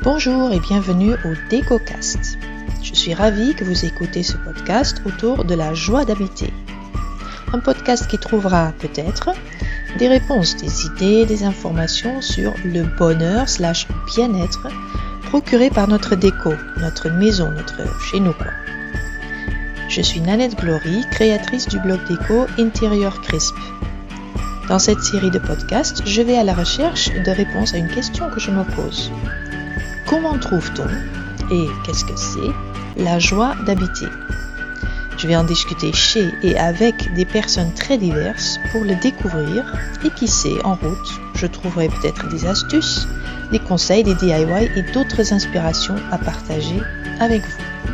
Bonjour et bienvenue au DécoCast. Je suis ravie que vous écoutez ce podcast autour de la joie d'habiter. Un podcast qui trouvera peut-être des réponses, des idées, des informations sur le bonheur/bien-être procuré par notre déco, notre maison, notre chez nous quoi. Je suis Nanette Glory, créatrice du blog déco Intérieur Crisp. Dans cette série de podcasts, je vais à la recherche de réponses à une question que je me pose. Comment trouve-t-on, et qu'est-ce que c'est, la joie d'habiter? Je vais en discuter chez et avec des personnes très diverses pour le découvrir et qui sait, en route, je trouverai peut-être des astuces, des conseils, des DIY et d'autres inspirations à partager avec vous.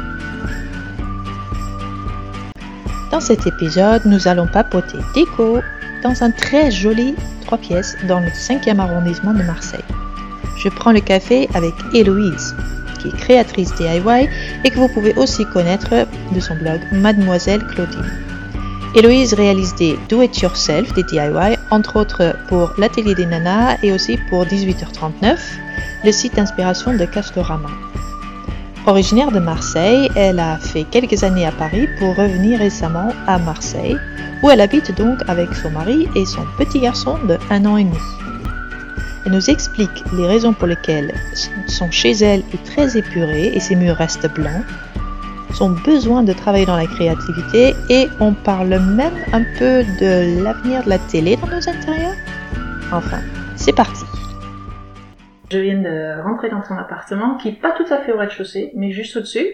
Dans cet épisode, nous allons papoter déco dans un très joli 3 pièces dans le 5e arrondissement de Marseille. Je prends le café avec Héloïse, qui est créatrice DIY et que vous pouvez aussi connaître de son blog Mademoiselle Claudine. Héloïse réalise des do-it-yourself, des DIY, entre autres pour l'Atelier des Nanas et aussi pour 18h39, le site d'inspiration de Castorama. Originaire de Marseille, elle a fait quelques années à Paris pour revenir récemment à Marseille, où elle habite donc avec son mari et son petit garçon de 1 an et demi. Elle nous explique les raisons pour lesquelles son chez elle est très épuré et ses murs restent blancs, son besoin de travailler dans la créativité et on parle même un peu de l'avenir de la télé dans nos intérieurs. Enfin, c'est parti. Je viens de rentrer dans ton appartement qui n'est pas tout à fait au rez-de-chaussée, mais juste au-dessus.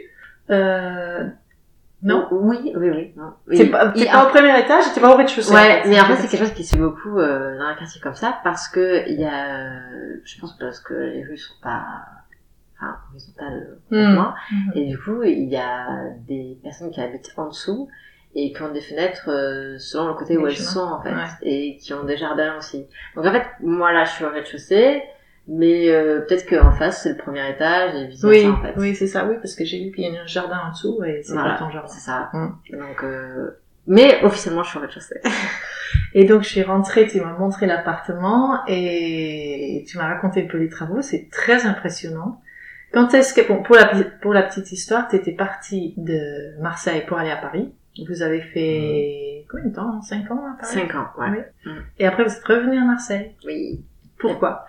Non? Oui. Non. T'es pas au premier étage, t'es pas au rez-de-chaussée. Ouais, mais en fait, c'est quelque chose qui se fait beaucoup dans un quartier comme ça, parce que il y a, je pense parce que les rues sont pas, horizontales complètement, et du coup, il y a des personnes qui habitent en dessous et qui ont des fenêtres selon le côté où elles sont en fait, et qui ont des jardins aussi. Donc en fait, moi là, je suis au rez-de-chaussée. Mais peut-être qu'en face c'est le premier étage et vice versa en fait. Oui, c'est ça, oui, parce que j'ai vu qu'il y a un jardin en dessous et c'est pas ton jardin. C'est ça. Donc, mais officiellement je suis au rez-de-chaussée. Et donc je suis rentrée, tu m'as montré l'appartement et tu m'as raconté un peu les travaux, c'est très impressionnant. Quand est-ce que, bon, pour la petite histoire, t'étais partie de Marseille pour aller à Paris. Vous avez fait combien de temps? 5 ans à Paris? 5 ans, ouais. Oui. Et après vous êtes revenu à Marseille. Oui. Pourquoi?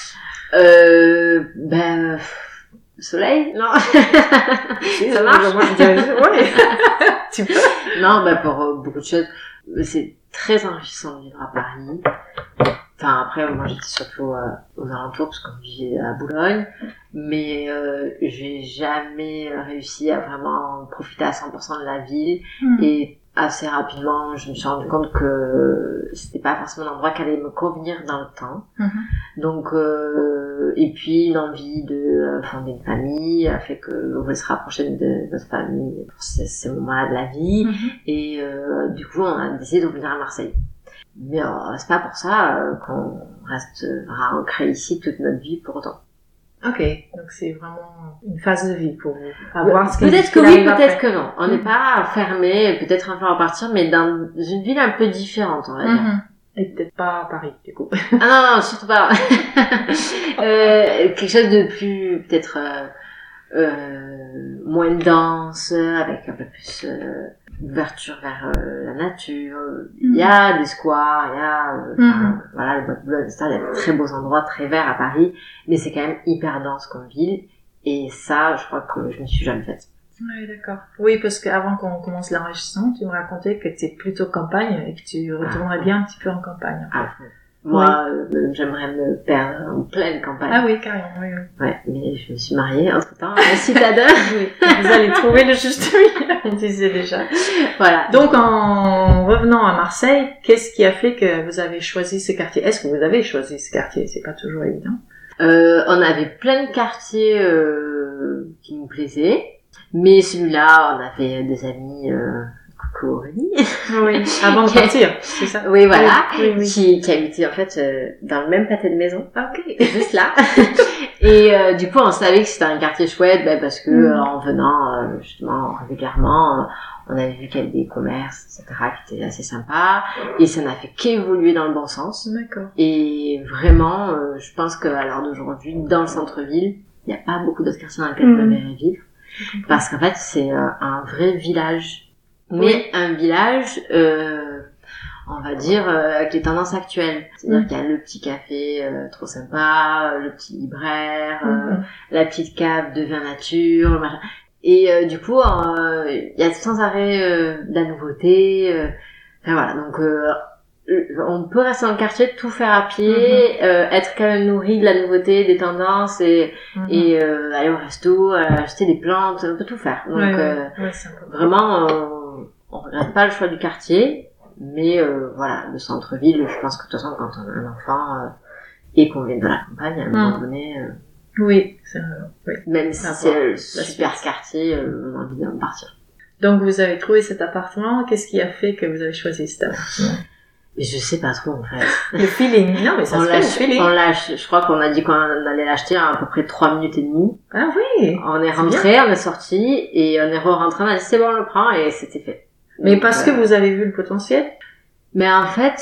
Soleil? Non. Ça marche? Moi, je dirais, ouais. Tu peux? Non, pour beaucoup de choses. C'est très enrichissant de vivre à Paris. Enfin, après, moi, j'étais surtout aux alentours, parce que je vivais à Boulogne. Mais, j'ai jamais réussi à vraiment profiter à 100% de la ville. Et assez rapidement, je me suis rendu compte que c'était pas forcément un endroit qui allait me convenir dans le temps. Donc, et puis une envie de fonder une famille a fait que on voulait se rapprocher de notre famille pour ces moments-là de la vie. Et du coup, on a décidé de revenir à Marseille. Mais c'est pas pour ça qu'on restera ancré ici toute notre vie pour autant. Ok, donc c'est vraiment une phase de vie pour vous. Peut-être que oui, peut-être que non. On n'est pas fermé, peut-être un peu à partir, mais dans une ville un peu différente, on va dire. Et peut-être pas à Paris, du coup. Ah non, surtout pas. Quelque chose de plus, peut-être, moins dense, avec un peu plus d'ouverture vers la nature. Il y a des squares, il y a voilà, le bois de Boulogne, etc. Il y a de très beaux endroits, très verts à Paris, mais c'est quand même hyper dense comme ville, et ça, je crois que je me suis jamais faite. Oui, d'accord. Oui, parce qu'avant qu'on commence l'enregistrement, tu me racontais que tu es plutôt campagne et que tu retournerais bien un petit peu en campagne. En fait. Moi, j'aimerais me perdre en pleine campagne. Ah oui, carrément, oui. Ouais, mais je me suis mariée entre-temps, citadin. Oui, vous allez trouver le juste milieu, on disait déjà. Voilà. Donc, en revenant à Marseille, qu'est-ce qui a fait que vous avez choisi ce quartier? Est-ce que vous avez choisi ce quartier? C'est pas toujours évident. On avait plein de quartiers qui nous plaisaient, mais celui-là, on avait des amis... Aurélie. Oui, avant de partir, c'est ça? Oui, voilà. Oui. Qui habitait en fait dans le même pâté de maison. Ok. Juste là. Et du coup, on savait que c'était un quartier chouette, parce que en venant justement régulièrement, on avait vu qu'il y avait des commerces, etc., qui étaient assez sympas. Et ça n'a fait qu'évoluer dans le bon sens. D'accord. Et vraiment, je pense qu'à l'heure d'aujourd'hui, dans le centre-ville, il n'y a pas beaucoup d'autres quartiers dans lesquels je me verrais vivre. Parce qu'en fait, c'est un vrai village. Mais un village, on va dire, avec les tendances actuelles. C'est-à-dire qu'il y a le petit café trop sympa, le petit libraire, la petite cave de vin nature, le machin. Et du coup, il y a sans arrêt de la nouveauté. Enfin voilà, donc on peut rester dans le quartier, tout faire à pied, être quand même nourri de la nouveauté, des tendances et aller au resto, acheter des plantes, on peut tout faire. Donc vraiment, on regrette pas le choix du quartier, mais voilà, le centre-ville, je pense que de toute façon quand on a un enfant et qu'on vient de la campagne, à un moment donné, oui, même si c'est le super quartier, on a envie d'en partir. Donc vous avez trouvé cet appartement, qu'est-ce qui a fait que vous avez choisi cet appartement? Mais je sais pas trop en fait. Le feeling, non mais ça se fait, le feeling. Je crois qu'on a dit qu'on allait l'acheter à peu près 3 minutes et demie. Ah oui. On est rentré, on est sorti et on est re-rentré, on a dit c'est bon on le prend et c'était fait. Mais donc, parce que vous avez vu le potentiel? Mais en fait,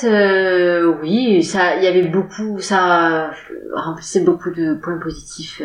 oui, ça, il y avait beaucoup, ça remplissait beaucoup de points positifs.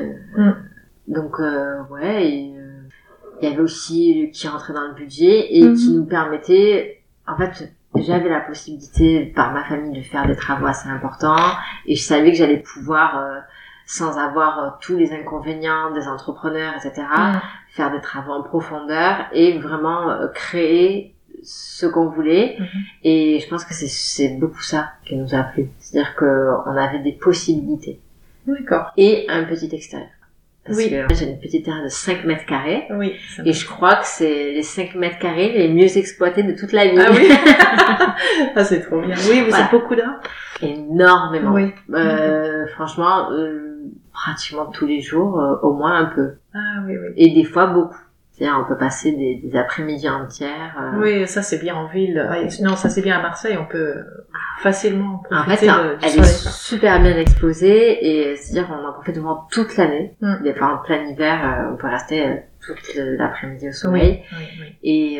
Donc ouais, il y avait aussi qui rentrait dans le budget et qui nous permettait, en fait. J'avais la possibilité par ma famille de faire des travaux assez importants et je savais que j'allais pouvoir, sans avoir tous les inconvénients des entrepreneurs, etc., faire des travaux en profondeur et vraiment créer ce qu'on voulait. Et je pense que c'est beaucoup ça qui nous a plu. C'est-à-dire qu'on avait des possibilités. D'accord. Et un petit extérieur. Parce que j'ai une petite terrasse de 5 mètres carrés. Oui. Et je crois que c'est les 5 mètres carrés les mieux exploités de toute la ville. Ah oui. Ah, c'est trop bien. Oui, vous êtes beaucoup là? Énormément. Oui. Franchement, pratiquement tous les jours, au moins un peu. Ah oui. Et des fois beaucoup. C'est-à-dire, on peut passer des après-midi entières. Oui, ça c'est bien en ville. Non, ça c'est bien à Marseille, on peut facilement En profiter fait, elle est super bien exposée et c'est-à-dire on en profite vraiment toute l'année. Des fois en plein hiver, on peut rester toute l'après-midi au soleil. Oui.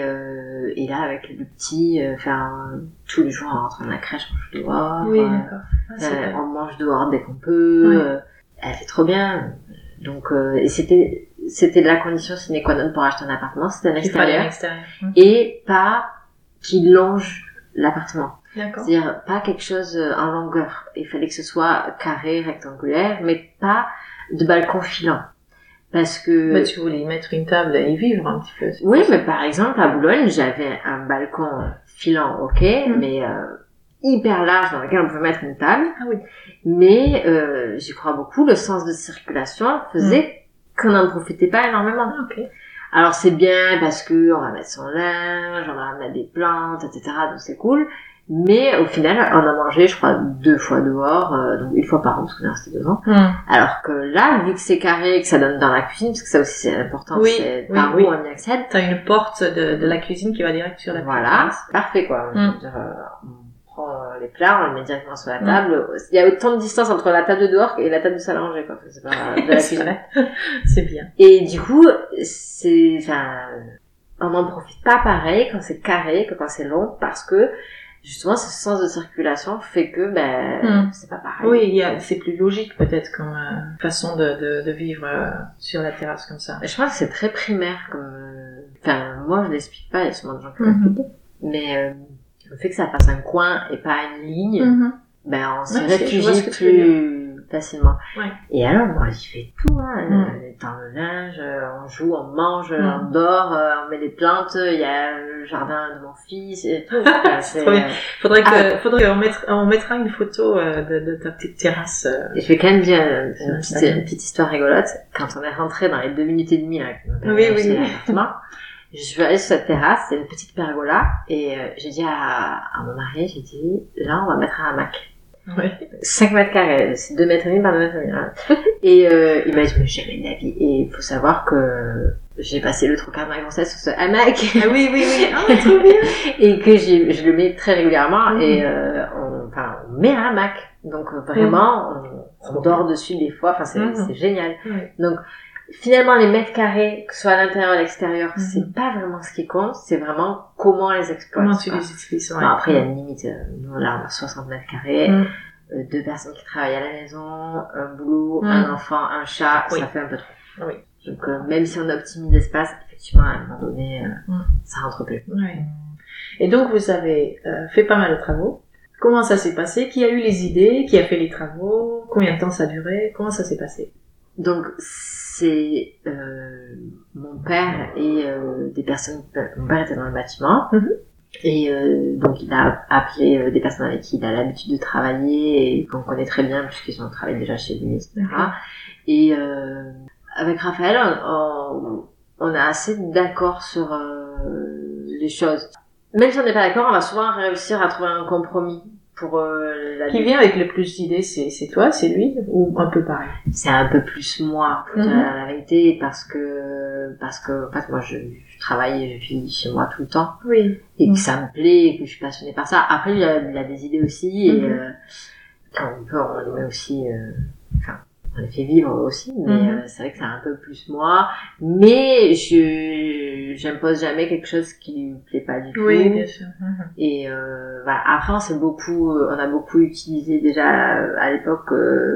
Et là, avec le petit, tous les jours on rentre dans la crèche, on joue dehors. Oui, d'accord. On mange dehors dès qu'on peut. Elle fait trop bien. Donc, et c'était de la condition sine qua non pour acheter un appartement, c'était un extérieur. Et pas qui longe l'appartement. D'accord. C'est-à-dire pas quelque chose en longueur. Il fallait que ce soit carré, rectangulaire, mais pas de balcon filant. Parce que... Bah, tu voulais y mettre une table et y vivre un petit peu. Oui, mais par exemple, à Boulogne, j'avais un balcon filant, ok, mais hyper large dans lequel on pouvait mettre une table. Ah oui. Mais j'y crois beaucoup, le sens de circulation faisait qu'on n'en profitait pas énormément. Okay. Alors c'est bien parce que on va mettre son linge, on va mettre des plantes, etc. Donc c'est cool. Mais au final, on a mangé, je crois, 2 fois dehors, donc 1 fois par an parce qu'on est resté 2 ans. Alors que là, vu que c'est carré, que ça donne dans la cuisine, parce que ça aussi c'est important, c'est par où on y accède. T'as une porte de la cuisine qui va direct sur la cuisine. Voilà, parfait quoi. On prend les plats, on les met directement sur la table. Il y a autant de distance entre la table de dehors et la table de salle à manger, quoi. C'est pas de la cuisine. C'est bien. Et du coup, on n'en profite pas pareil quand c'est carré que quand c'est long parce que justement ce sens de circulation fait que c'est pas pareil. Oui, c'est plus logique peut-être comme façon de vivre sur la terrasse comme ça. Je pense que c'est très primaire comme moi je l'explique pas, il y a sûrement des gens qui l'expliquent, mais le fait que ça fasse un coin et pas une ligne, on se réfugie plus facilement. Et alors moi j'y fais tout, dans le linge, on joue, on mange, on dort, on met des plantes, il y a le jardin de mon fils et tout. Faudrait qu'on mettra une photo de ta petite terrasse. Et je vais quand même dire une petite histoire rigolote. Quand on est rentré dans les 2 minutes et demie là, je suis allée sur cette terrasse, c'est une petite pergola, et j'ai dit à mon mari, j'ai dit, là on va mettre un hamac. 5 mètres carrés, c'est 2 mètres et demi par 2 mètres et demi. Et il m'a dit, mais jamais de la vie. Et il faut savoir que j'ai passé le 3/4 de ma grossesse sur ce hamac. Ah oui, trop bien. Et que je le mets très régulièrement, et on met un hamac. Donc vraiment, on dort dessus des fois, c'est génial. Donc finalement, les mètres carrés, que ce soit à l'intérieur ou à l'extérieur, c'est pas vraiment ce qui compte, c'est vraiment comment on les exploite. Comment tu les utilises, Après, il y a une limite. Nous, là, on a 60 mètres carrés. 2 personnes qui travaillent à la maison, un boulot, un enfant, un chat, ça fait un peu trop. Oui. Donc même si on optimise l'espace, effectivement à un moment donné, ça rentre plus. Oui. Et donc vous avez fait pas mal de travaux. Comment ça s'est passé? Qui a eu les idées? Qui a fait les travaux? Combien de temps ça a duré? Comment ça s'est passé? Donc c'est mon père et des personnes. Mon père était dans le bâtiment. Et donc il a appelé des personnes avec qui il a l'habitude de travailler et qu'on connaît très bien puisqu'ils ont travaillé déjà chez lui, etc. Et avec Raphaël, on est assez d'accord sur les choses. Même si on n'est pas d'accord, on va souvent réussir à trouver un compromis pour Qui vient avec le plus d'idées, c'est toi, c'est lui, ou un peu pareil? C'est un peu plus moi, pour dire la vérité, parce que en fait moi je travaille et je vis chez moi tout le temps. Oui. Et que ça me plaît, et que je suis passionnée par ça. Après il a des idées aussi, et quand on peut on les met aussi, on les fait vivre aussi, mais c'est vrai que c'est un peu plus moi. Mais j'impose jamais quelque chose qui lui plaît pas du tout. Oui, bien sûr. Et voilà. Après, on a beaucoup utilisé déjà à l'époque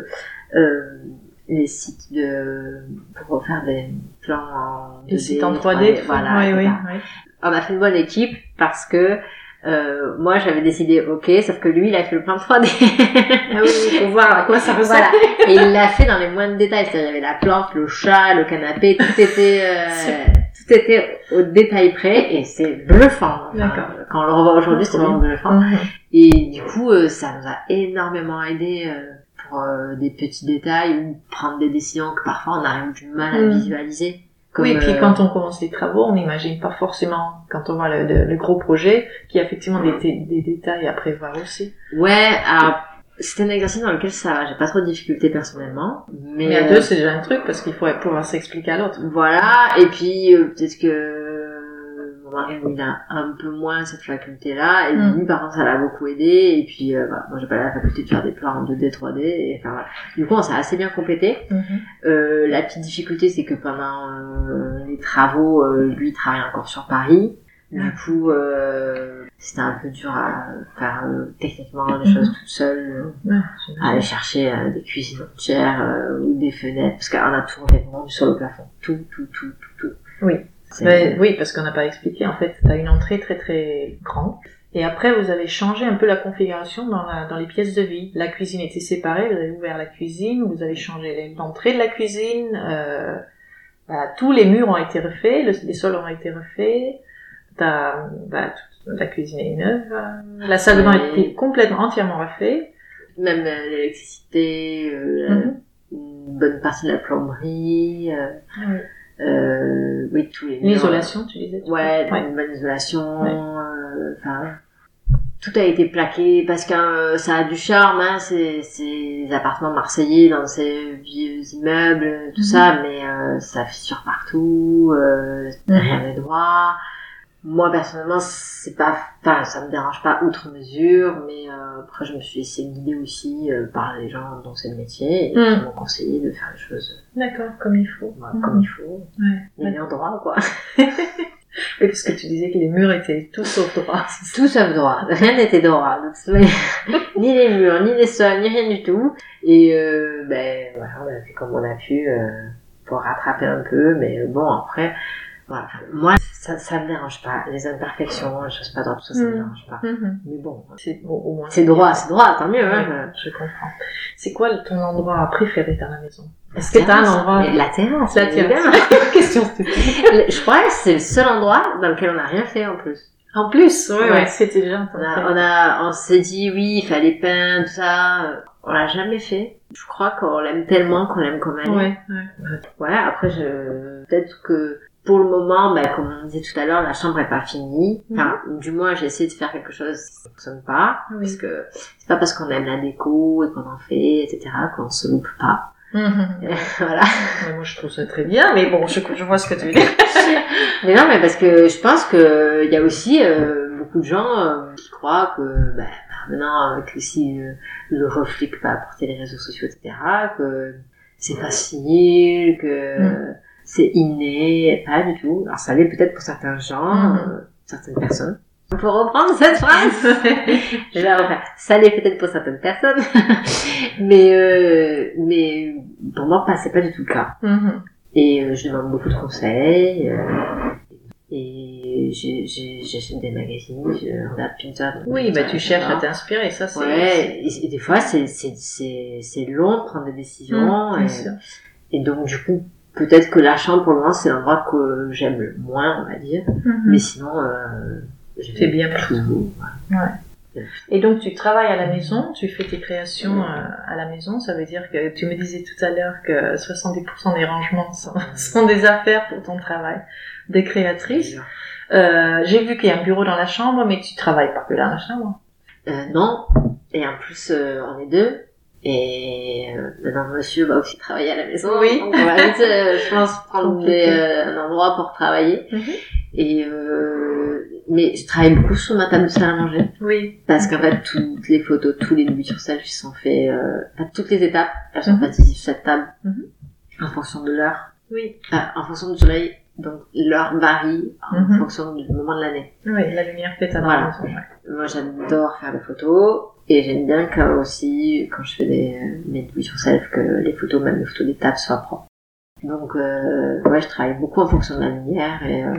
les sites pour refaire des plans en 2D, les sites en 3D. Voilà. Oui. On a fait une bonne équipe parce que moi j'avais décidé sauf que lui il a fait le plan 3D. Ah oui, faut voir à quoi ça ressemble. Voilà. Et il l'a fait dans les moindres détails, c'est-à-dire il y avait la plante, le chat, le canapé, tout était au détail près et c'est bluffant. D'accord. Quand on le revoit aujourd'hui, c'est vraiment bluffant. Et du coup ça nous a énormément aidé pour des petits détails ou prendre des décisions que parfois on a du mal à visualiser. Oui, et puis quand on commence les travaux, on n'imagine pas forcément, quand on voit le gros projet, qu'il y a effectivement des détails à prévoir aussi. Ouais, alors, c'est un exercice dans lequel j'ai pas trop de difficultés personnellement. Mais à deux, c'est déjà un truc, parce qu'il faut pouvoir s'expliquer à l'autre. Voilà, et puis peut-être que mon mari, il a un peu moins cette faculté-là, et lui, par contre, ça l'a beaucoup aidé, et puis voilà, moi j'ai pas la faculté de faire des plans en 2D, 3D, et enfin voilà. Du coup, on s'est assez bien complété. La petite difficulté, c'est que pendant les travaux, lui, il travaille encore sur Paris. Du coup, c'était un peu dur à faire techniquement les choses toute seule, à aller chercher des cuisines entières ou des fenêtres, parce qu'on a tout refait vraiment sur le plafond. Tout. Oui. Oui, parce qu'on n'a pas expliqué, en fait, t'as une entrée très très grande. Et après, vous avez changé un peu la configuration dans les pièces de vie. La cuisine était séparée, vous avez ouvert la cuisine, vous avez changé l'entrée de la cuisine, tous les murs ont été refaits, les sols ont été refaits, la cuisine est neuve, la salle de bain a été complètement, entièrement refaite. Même l'électricité, une bonne partie de la plomberie, oui, tous les murs. L'isolation, tu disais? Une bonne isolation, tout a été plaqué parce que ça a du charme, ces appartements marseillais dans ces vieux immeubles, tout ça, mais ça fissure partout, rien n'est droit. Moi personnellement, ça me dérange pas outre mesure, mais après je me suis laissée guider aussi par les gens dont c'est le métier et qui m'ont conseillé de faire les choses. D'accord, comme il faut. Comme il faut. Les murs droits, quoi. Oui, parce que tu disais que les murs étaient tout sauf droits. Tout sauf droit. Rien n'était droit. Ni les murs, ni les sols, ni rien du tout. Et voilà, on a fait comme on a pu pour rattraper un peu, mais bon, après, voilà. Moi, ça me dérange pas. Les imperfections, les choses pas droites, tout ça, ça me dérange pas. Mais bon, au moins c'est droit, tant mieux. Hein. Je comprends. C'est quoi ton endroit préféré dans la maison? Est-ce que t'as un endroit? La terrasse. La terrasse. Question stupide. Je crois que c'est le seul endroit dans lequel on n'a rien fait en plus. En plus, ouais, c'était déjà on s'est dit oui, il fallait peindre, tout ça. On l'a jamais fait. Je crois qu'on l'aime tellement qu'on l'aime comme elle est. Ouais, après peut-être que pour le moment, comme on disait tout à l'heure, la chambre est pas finie. Enfin, du moins, j'ai essayé de faire quelque chose qui ne fonctionne pas. Parce que c'est pas parce qu'on aime la déco et qu'on en fait, etc., qu'on se loupe pas. Voilà. Moi, je trouve ça très bien, mais bon, je vois ce que tu veux dire. Mais non, mais parce que je pense que il y a aussi beaucoup de gens qui croient que maintenant que si le reflet que peut apporter les réseaux sociaux, etc., que c'est facile, que c'est inné, pas du tout. Alors ça l'est peut-être pour certains gens, certaines personnes, Pour reprendre cette phrase, je vais refaire. Ça l'est peut-être pour certaines personnes, mais pour moi, c'est pas du tout le cas. Et je demande beaucoup de conseils, et j'achète des magazines, je regarde Pinterest. Oui, tu cherches à t'inspirer, ça c'est... Ouais, et des fois c'est long de prendre des décisions, et donc du coup, peut-être que la chambre pour le moment c'est l'endroit que j'aime le moins, on va dire, mais sinon... c'est bien tout. Ouais. Et donc tu travailles à la maison, tu fais tes créations à la maison, ça veut dire que tu me disais tout à l'heure que 70% des rangements sont des affaires pour ton travail de créatrice. J'ai vu qu'il y a un bureau dans la chambre, mais tu travailles pas que dans la chambre. Non, et en plus on est deux, et maintenant monsieur va aussi travailler à la maison, oui. Donc on va vite, je pense, prendre un endroit pour travailler. Et mais je travaille beaucoup sur ma table de salle à manger. Oui. Parce qu'en fait, toutes les photos, tous les do-it-yourself, ils sont faits à toutes les étapes. Elles sont faites ici sur cette table, en fonction de l'heure. Oui. En fonction du soleil. Donc l'heure varie en fonction du moment de l'année. Oui, la lumière fait ta voilà. Moi, j'adore faire des photos. Et j'aime bien aussi, quand je fais mes do-it-yourself, que les photos, même les photos des tables, soient propres. Donc, je travaille beaucoup en fonction de la lumière,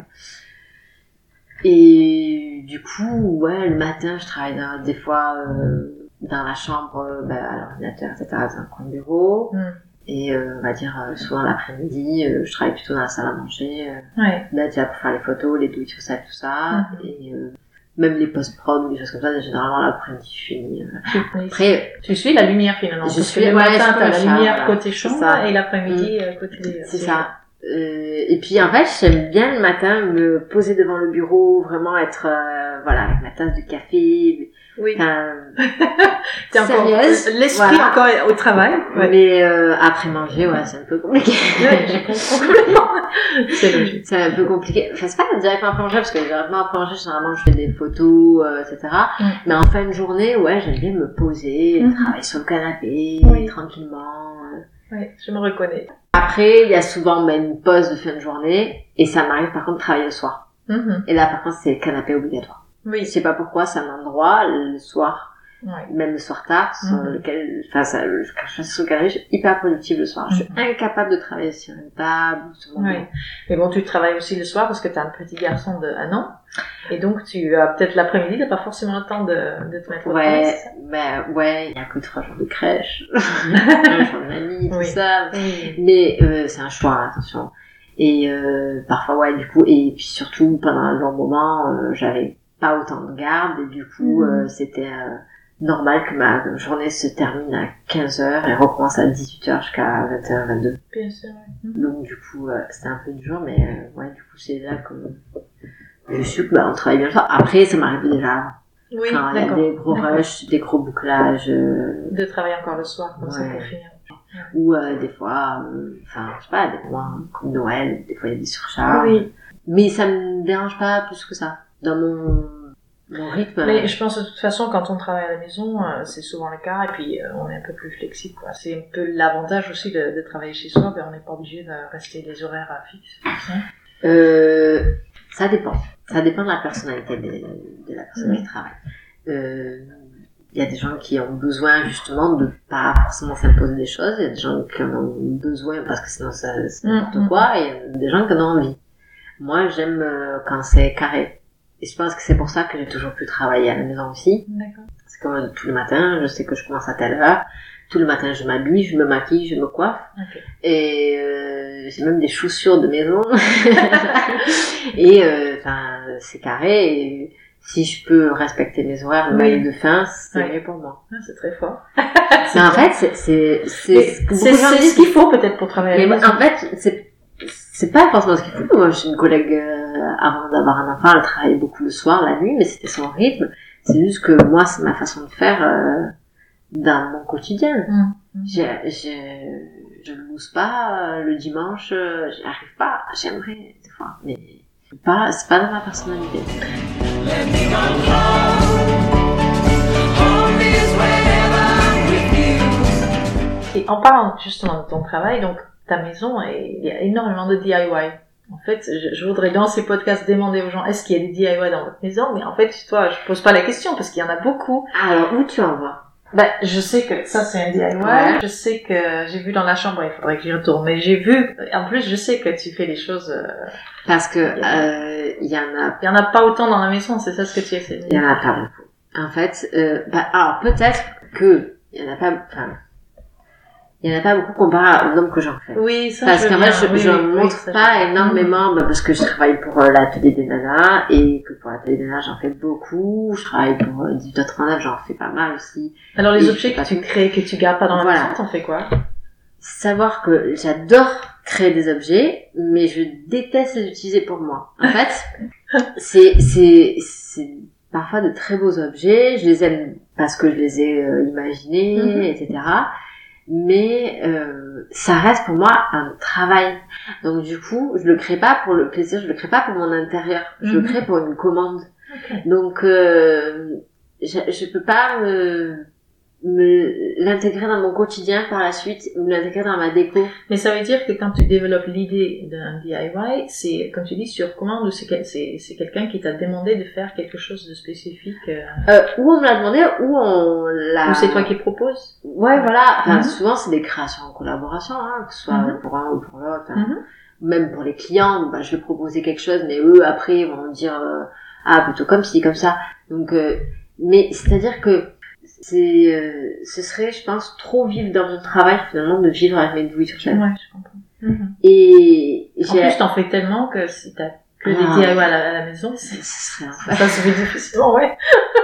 et du coup, le matin, je travaille des fois dans la chambre, à l'ordinateur, etc., dans un coin de bureau. Et on va dire, souvent l'après-midi, je travaille plutôt dans la salle à manger. Là, déjà pour faire les photos, les do-it-yourself, tout ça. Et même les post-prod ou des choses comme ça, généralement l'après-midi, je finis. Après, tu suis la lumière finalement. Je suis le matin, t'as la lumière côté c'est chambre ça. Et l'après-midi côté. C'est ça. Et puis en fait, j'aime bien le matin me poser devant le bureau, vraiment être avec ma tasse de café. Oui. T'es encore l'esprit encore au travail. Ouais. Mais après manger, c'est un peu compliqué. Je comprends complètement. C'est logique. C'est un peu compliqué. Enfin, c'est pas directement après manger, parce que directement après manger, généralement, je fais des photos, etc. Mais en fin de journée, j'aime bien me poser, travailler sur le canapé, tranquillement. Oui, je me reconnais. Après, il y a souvent une pause de fin de journée, et ça m'arrive par contre de travailler le soir. Et là, par contre, c'est le canapé obligatoire. Oui. Je sais pas pourquoi, c'est un endroit, le soir, même le soir tard, sur lequel, quand je suis sur le canapé, je suis hyper productive le soir. Je suis incapable de travailler sur une table, sur mon bureau. Mais bon, tu travailles aussi le soir parce que t'as un petit garçon de 1 an. Et donc, tu as peut-être l'après-midi, t'as pas forcément le temps de te mettre au travail. Il y a que 3 jours de crèche, 1 jour de mamie, tout ça. Mais, c'est un choix, attention. Et, parfois, du coup, et puis surtout, pendant un long moment, j'avais pas autant de garde, et du coup, c'était, normal que ma journée se termine à 15h et recommence à 18h jusqu'à 21h, 22h. Bien sûr, Donc, du coup, c'était un peu dur, mais, du coup, c'est là que je suis on travaille bien le soir. Après, ça m'arrive déjà avant. Oui, quand il y a des gros rushs, des gros bouclages. De travailler encore le soir, comme ça, pour finir. Ou, des fois, je sais pas, des moments comme Noël, des fois il y a des surcharges. Oui. Mais ça me dérange pas plus que ça. Dans mon rythme. Mais je pense de toute façon, quand on travaille à la maison, c'est souvent le cas, et puis on est un peu plus flexible, quoi. C'est un peu l'avantage aussi de travailler chez soi, on n'est pas obligé de rester des horaires fixes. Ça dépend. Ça dépend de la personnalité de la personne qui travaille. Il y a des gens qui ont besoin justement de pas forcément s'imposer des choses, il y a des gens qui en ont besoin parce que sinon c'est n'importe quoi, et il y a des gens qui en ont envie. Moi, j'aime quand c'est carré. Et je pense que c'est pour ça que j'ai toujours pu travailler à la maison aussi. D'accord. C'est comme tous les matins, je sais que je commence à telle heure. Tous les matins, je m'habille, je me maquille, je me coiffe. Okay. Et j'ai même des chaussures de maison. Et c'est carré. Et si je peux respecter mes horaires, même de fin, c'est mieux pour moi. Ah, c'est très fort. Mais en fait, c'est ce qu'il faut peut-être pour travailler à la maison. En fait, c'est pas forcément ce qu'il faut. Moi, j'ai une collègue, avant d'avoir un enfant, elle travaillait beaucoup le soir, la nuit, mais c'était son rythme. C'est juste que moi, c'est ma façon de faire dans mon quotidien. Je ne loose pas le dimanche, j'y arrive pas. J'aimerais des fois, mais c'est pas dans ma personnalité. Et en parlant justement de ton travail, donc ta maison, il y a énormément de DIY. En fait, je voudrais dans ces podcasts demander aux gens, est-ce qu'il y a des DIY dans votre maison? Mais en fait, toi, je pose pas la question parce qu'il y en a beaucoup. Alors, où tu en vois? Je sais que ça, c'est un DIY. Ouais. Je sais que j'ai vu dans la chambre, il faudrait que j'y retourne. Mais j'ai vu, en plus, je sais que tu fais des choses... Parce que, il y en a pas autant dans la maison, c'est ça ce que tu essaies de dire? Il y en a pas beaucoup. En fait, alors peut-être que il y en a pas beaucoup comparé au nombre que j'en fais. Oui, ça. Parce qu'en fait, je montre pas énormément, parce que je travaille pour l'atelier des nanas et que pour l'atelier des nanas, j'en fais beaucoup. Je travaille pour 1839, j'en fais pas mal aussi. Alors les objets que tu crées, que tu gardes pas dans la maison, t'en fais quoi? Savoir que j'adore créer des objets, mais je déteste les utiliser pour moi. En fait, c'est parfois de très beaux objets, je les aime parce que je les ai imaginés, etc. Mais ça reste pour moi un travail. Donc du coup, je le crée pas pour le plaisir, je le crée pas pour mon intérieur, je le crée pour une commande. Okay. Donc je peux pas l'intégrer dans mon quotidien par la suite ou l'intégrer dans ma déco. Mais ça veut dire que quand tu développes l'idée d'un DIY, c'est, comme tu dis, sur commande ou c'est quelqu'un qui t'a demandé de faire quelque chose de spécifique ou on me l'a demandé, ou c'est toi qui proposes? Ouais, voilà. Enfin, souvent, c'est des créations en collaboration, hein, que ce soit pour un ou pour l'autre. Même pour les clients, je vais proposer quelque chose, mais eux, après, ils vont me dire plutôt comme ci, comme ça. Donc, mais c'est-à-dire que ce serait, je pense, trop vivre dans mon travail, finalement, de vivre avec mes do-it-yourself. Ouais, je comprends. Et en plus, t'en fais tellement que si t'as que des DIY à la maison, ce serait ça se fait difficilement, ouais.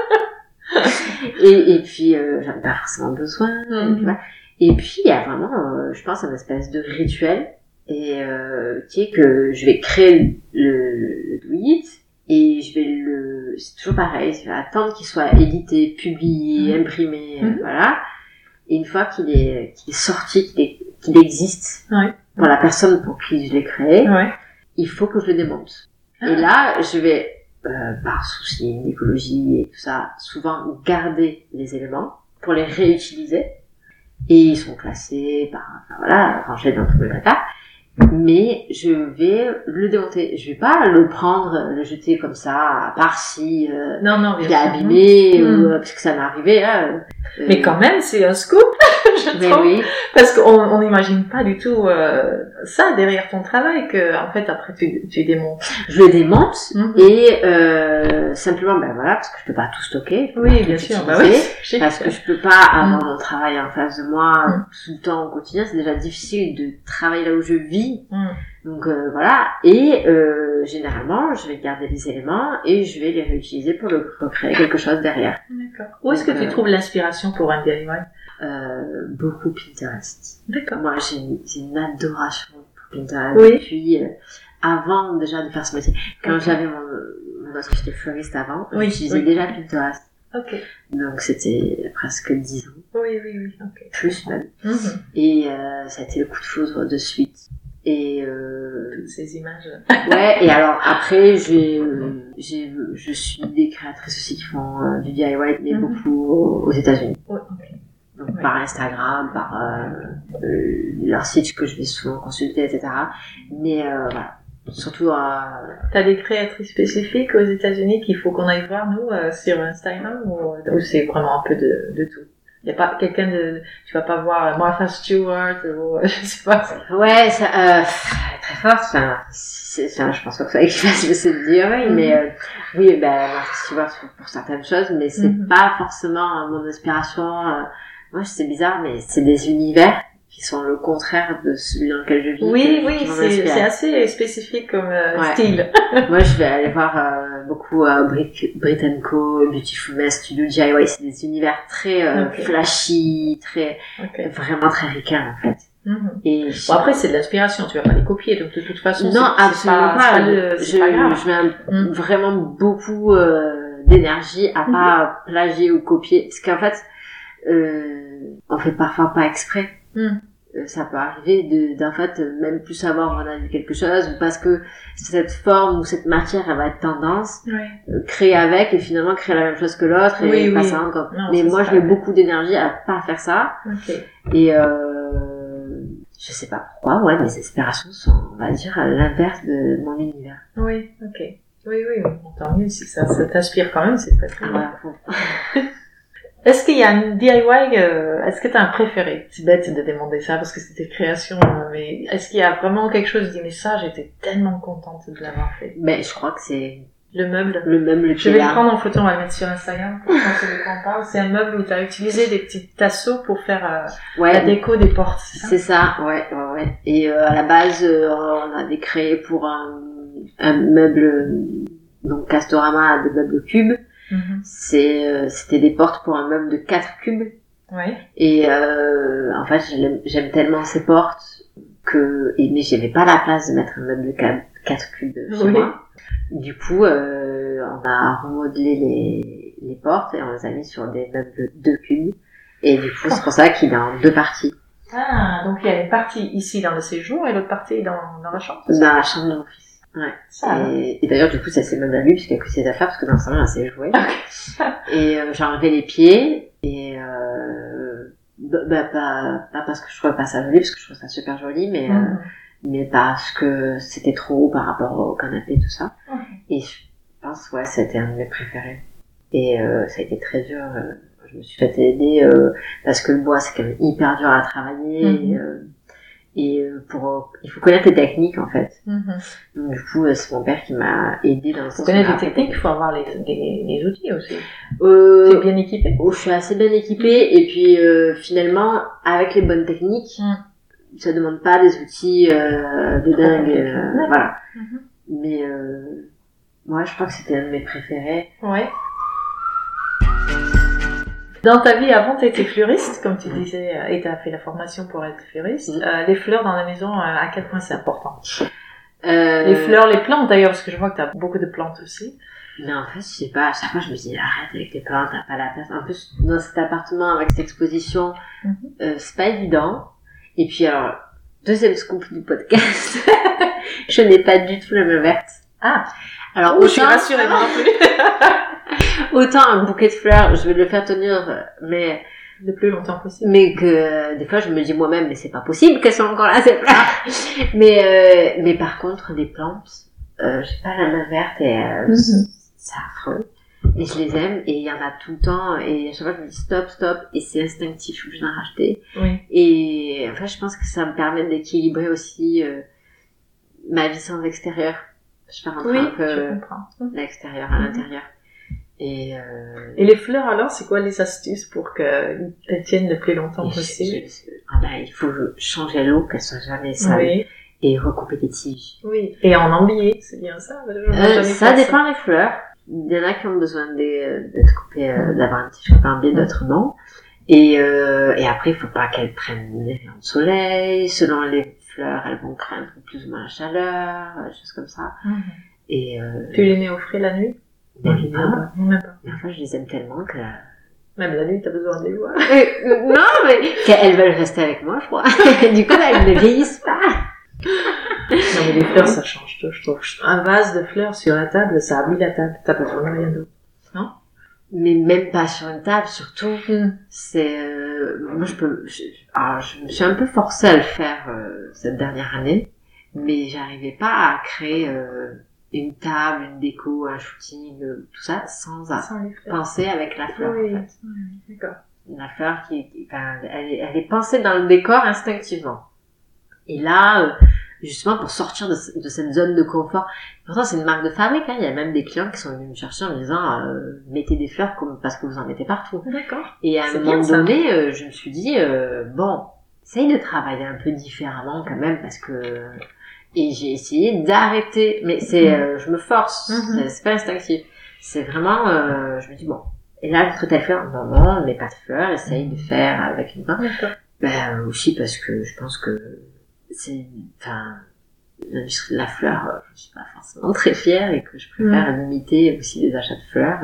et puis, j'en ai pas forcément besoin. Et puis, il y a vraiment, je pense, une espèce de rituel, et qui est que je vais créer le do-it, et je vais c'est toujours pareil, je vais attendre qu'il soit édité, publié, imprimé, voilà. Et une fois qu'il est sorti, qu'il existe, pour la personne pour qui je l'ai créé, il faut que je le démonte. Et là, je vais, par souci d'écologie et tout ça, souvent garder les éléments pour les réutiliser. Et ils sont classés rangés dans tous les états. Mais je vais le démonter. Je vais pas le prendre, le jeter comme ça, à part si il est abîmé ou parce que ça m'est arrivé. Mais quand même, c'est un scoop, je trouve. Oui. Parce qu'on n'imagine pas du tout ça derrière ton travail, que en fait après tu démontes. Je le démonte et simplement parce que je peux pas tout stocker. Oui, bien sûr. Parce que je peux pas avoir mon travail en face de moi tout le temps au quotidien. C'est déjà difficile de travailler là où je vis. Donc voilà, et généralement je vais garder les éléments et je vais les réutiliser pour recréer quelque chose derrière. D'accord. Où est-ce que tu trouves l'inspiration pour un DIY? Beaucoup Pinterest. D'accord. Moi j'ai une adoration pour Pinterest depuis avant déjà de faire ce métier. Quand j'avais parce que j'étais fleuriste avant, j'utilisais déjà Pinterest. Okay. Donc c'était presque 10 ans. Oui, okay. Plus même. Et ça a été le coup de foudre de suite. Et toutes ces images. Et alors après je suis des créatrices aussi qui font du DIY, mais beaucoup aux États-Unis. Donc par Instagram, par leur site que je vais souvent consulter, etc. Mais voilà. Surtout T'as des créatrices spécifiques aux États-Unis qu'il faut qu'on aille voir nous sur Instagram ou c'est vraiment un peu de tout? Il y a pas quelqu'un tu vas pas voir Martha Stewart ou je sais pas. Ouais, ça très forte. Je pense pas que ça efficace de se dire, mais Martha Stewart pour certaines choses, mais c'est pas forcément mon inspiration. Moi, c'est bizarre, mais c'est des univers qui sont le contraire de celui dans lequel je vis. Oui, c'est assez spécifique comme style. Moi, je vais aller voir beaucoup Brit & Co, Beautiful Mess, Studio DIY. C'est des univers très flashy, très vraiment très ricains en fait. Et après, c'est de l'inspiration, tu vas pas les copier, donc de toute façon. Non, absolument pas. C'est pas grave. Je mets vraiment beaucoup d'énergie à pas plagier ou copier, parce qu'en fait, on fait parfois pas exprès. Ça peut arriver d'en fait même plus savoir on a vu quelque chose ou parce que cette forme ou cette matière elle va être tendance créer avec et finalement créer la même chose que l'autre et pas ça encore. Mais moi je mets beaucoup d'énergie à pas faire ça et je sais pas pourquoi, ouais, mes aspirations sont, on va dire, à l'inverse de mon univers. Oui, ok. Oui, tant mieux si ça t'inspire quand même, c'est très bien. Est-ce qu'il y a une DIY, est-ce que t'as un préféré? C'est bête de demander ça parce que c'était création, mais est-ce qu'il y a vraiment quelque chose qui dit, mais ça, j'étais tellement contente de l'avoir fait? Ben, je crois que c'est le meuble. Je vais le prendre en photo, on va le mettre sur Instagram pour penser de quoi on parle. C'est un meuble où tu as utilisé des petits tasseaux pour faire la déco des portes. C'est ça, ouais. Et à la base, on avait créé pour un meuble, donc Castorama, de meubles cubes. C'était des portes pour un meuble de 4 cubes. Ouais. Et en fait, j'aime tellement ces portes mais j'avais pas la place de mettre un meuble de 4 cubes chez moi. Du coup, on a remodelé les portes et on les a mis sur des meubles de 2 cubes. Et du coup, c'est pour ça qu'il est en 2 parties. Ah, donc il y a une partie ici dans le séjour et l'autre partie dans la chambre. Dans la chambre de mon fils. Ouais. Et d'ailleurs, du coup, ça s'est même à lui, puisqu'il y a que ses affaires, parce que dans le salon, il s'est joué. Et j'ai enlevé les pieds, et pas parce que je trouvais pas ça joli, parce que je trouve ça super joli, mais parce que c'était trop haut par rapport au canapé, tout ça. Et je pense, c'était un de mes préférés. Et ça a été très dur. Je me suis fait aider, parce que le bois, c'est quand même hyper dur à travailler, et il faut connaître les techniques en fait. Donc du coup c'est mon père qui m'a aidé dans le sens. Pour connaître les techniques, il faut avoir les outils aussi. Tu es bien équipée? Je suis assez bien équipée et puis finalement avec les bonnes techniques, ça demande pas des outils de dingue, voilà. Mais moi je crois que c'était un de mes préférés. Ouais. Dans ta vie avant, tu étais fleuriste, comme tu disais, et tu as fait la formation pour être fleuriste. Les fleurs dans la maison, à quel point c'est important? Les fleurs, les plantes d'ailleurs, parce que je vois que tu as beaucoup de plantes aussi. Mais en fait, je sais pas, à chaque fois je me dis arrête avec les plantes, t'as pas la place. En plus, dans cet appartement, avec cette exposition, c'est pas évident. Et puis alors, deuxième scoop du podcast, je n'ai pas du tout la main verte. Ah! Alors, je suis rassurée, moi non plus. Autant un bouquet de fleurs, je vais le faire tenir, mais le plus longtemps possible. Mais que des fois je me dis moi-même, mais c'est pas possible qu'elles soient encore là ces fleurs. Mais par contre les plantes, j'ai pas la main verte et c'est affreux. Et je les aime et il y en a tout le temps et à chaque fois je me dis stop et c'est instinctif, je vais en racheter. Et en fait je pense que ça me permet d'équilibrer aussi ma vie sans extérieur. Je fais rentrer un peu l'extérieur à l'intérieur. Et les fleurs alors, c'est quoi les astuces pour qu'elles tiennent le plus longtemps possible? Il faut changer l'eau, qu'elle soit jamais sale, et recouper des tiges. Oui. Et en embiller, c'est bien ça? Ça dépend des fleurs. Il y en a qui ont besoin d'être coupées, d'avoir une tige coupée en biais, d'autres non. Et après, il faut pas qu'elles prennent des rayons de soleil. Selon les fleurs, elles vont craindre plus ou moins la chaleur, des choses comme ça. Et tu les mets au frais la nuit? Même pas. Mais enfin, je les aime tellement que... Même la nuit, t'as besoin de les voir. Non, mais qu'elles veulent rester avec moi, je crois. Du coup, elles ne vieillissent pas. Non, mais les fleurs, ça change tout, je trouve. Un vase de fleurs sur la table, ça habille la table. T'as pas besoin de rien d'autre. Non? Mais même pas sur une table, surtout. C'est... moi, je me suis un peu forcée à le faire cette dernière année, mais j'arrivais pas à créer... une table, une déco, un shooting, tout ça, sans penser avec la fleur, en fait. D'accord. La fleur elle est pensée dans le décor instinctivement. Et là, justement, pour sortir de cette zone de confort, pourtant c'est une marque de fabrique, il y a même des clients qui sont venus me chercher en me disant, mettez des fleurs parce que vous en mettez partout. D'accord. Et à un moment donné, je me suis dit, essaye de travailler un peu différemment quand même, parce que... Et j'ai essayé d'arrêter, mais je me force, c'est pas instinctif. C'est vraiment, je me dis et là, je traite à fleur, non, mais pas de fleurs, essaye de faire avec une main. Aussi parce que je pense que l'industrie de la fleur, je suis pas forcément très fière et que je préfère limiter aussi les achats de fleurs,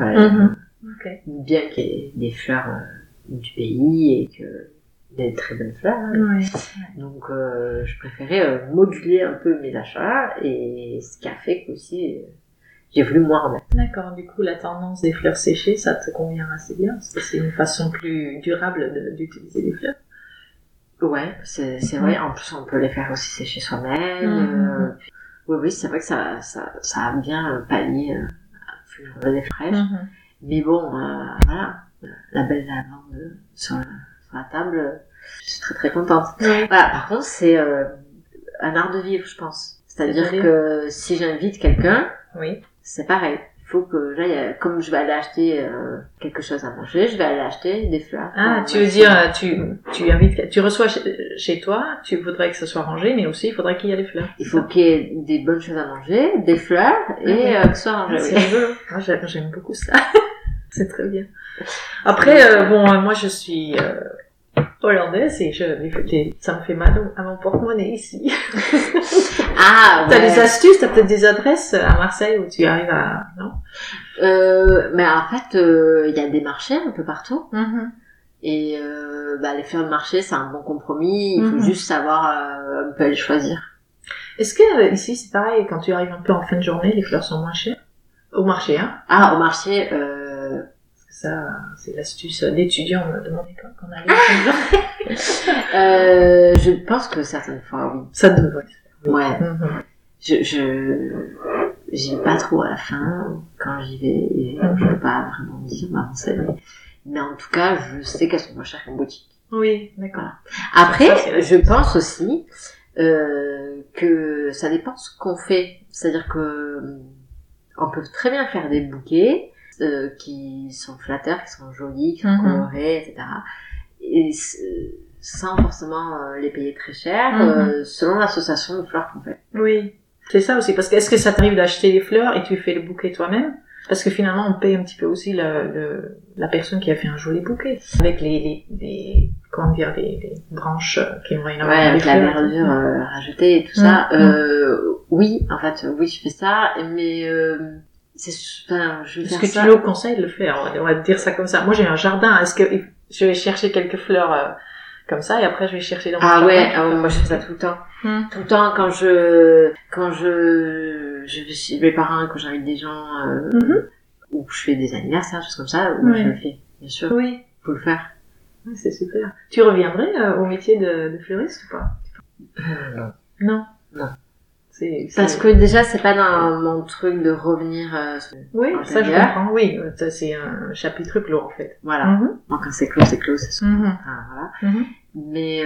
bien qu'il y ait des fleurs du pays et que des très bonnes fleurs. Donc je préférais moduler un peu mes achats et ce qui a fait qu'aussi j'ai voulu moins remettre. D'accord, du coup la tendance des fleurs séchées, ça te convient assez bien parce que c'est une façon plus durable d'utiliser les fleurs. Ouais, c'est vrai. En plus, on peut les faire aussi sécher soi-même. Oui, c'est vrai que ça a bien pallié des fraîches. Mais bon, voilà, la belle lavande sur la table, je suis très très contente. Voilà, par contre, c'est un art de vivre, je pense. C'est-à-dire que si j'invite quelqu'un, c'est pareil. Il faut que j'aille, comme je vais aller acheter quelque chose à manger, je vais aller acheter des fleurs. Ah, tu veux dire, tu invites, tu reçois chez toi, tu voudrais que ce soit rangé, mais aussi il faudrait qu'il y ait des fleurs. Il faut qu'il y ait des bonnes choses à manger, des fleurs, et que ce soit rangé. C'est rigolo. Moi, j'aime beaucoup ça. C'est très bien. Après, moi je suis hollandaise et ça me fait mal à mon porte-monnaie ici. Ah, ouais. T'as des astuces, t'as peut-être des adresses à Marseille où tu arrives à, non? Mais en fait, il y a des marchés un peu partout. Et, les fleurs de marché, c'est un bon compromis. Il faut juste savoir, un peu les choisir. Est-ce que, ici, c'est pareil, quand tu arrives un peu en fin de journée, les fleurs sont moins chères? Au marché, hein? Ah, au marché, ça, c'est l'astuce d'étudiant de mon école qu'on arrive en fin de journée. Je pense que certaines fois, oui. Ça devrait. Ouais. J'y vais pas trop à la fin. Quand j'y vais, je peux pas vraiment dire m'avancer. Mais en tout cas, je sais qu'elles sont moins chères qu'en boutique. Oui, d'accord. Voilà. Après, je pense aussi, que ça dépend ce qu'on fait. C'est-à-dire que, on peut très bien faire des bouquets, qui sont flatteurs, qui sont jolis, qui sont colorés, etc. Et sans forcément les payer très cher, selon l'association de fleurs qu'on fait. Oui, c'est ça aussi. Parce que est-ce que ça t'arrive d'acheter les fleurs et tu fais le bouquet toi-même? Parce que finalement, on paye un petit peu aussi la personne qui a fait un joli bouquet. Avec les branches qui n'ont rien à voir avec la verdure rajoutée et tout ça. Oui, en fait, oui, je fais ça, mais je vais Est-ce faire que ça. tu le conseilles de le faire? On va dire ça comme ça. Moi, j'ai un jardin. Est-ce que je vais chercher quelques fleurs comme ça et après je vais chercher dans mon jardin? Moi je fais ça tout le temps. Tout le temps quand je vais chez mes parents, quand j'invite des gens, ou je fais des anniversaires, choses comme ça, je le fais, bien sûr. Oui. Faut le faire. Oui, c'est super. Tu reviendrais au métier de fleuriste ou pas? Non. Non. Parce que déjà c'est pas dans mon truc de revenir oui, ça je comprends. Oui, c'est un chapitre clos en fait. Voilà. Bon, quand c'est clos, c'est ça. Voilà. Mais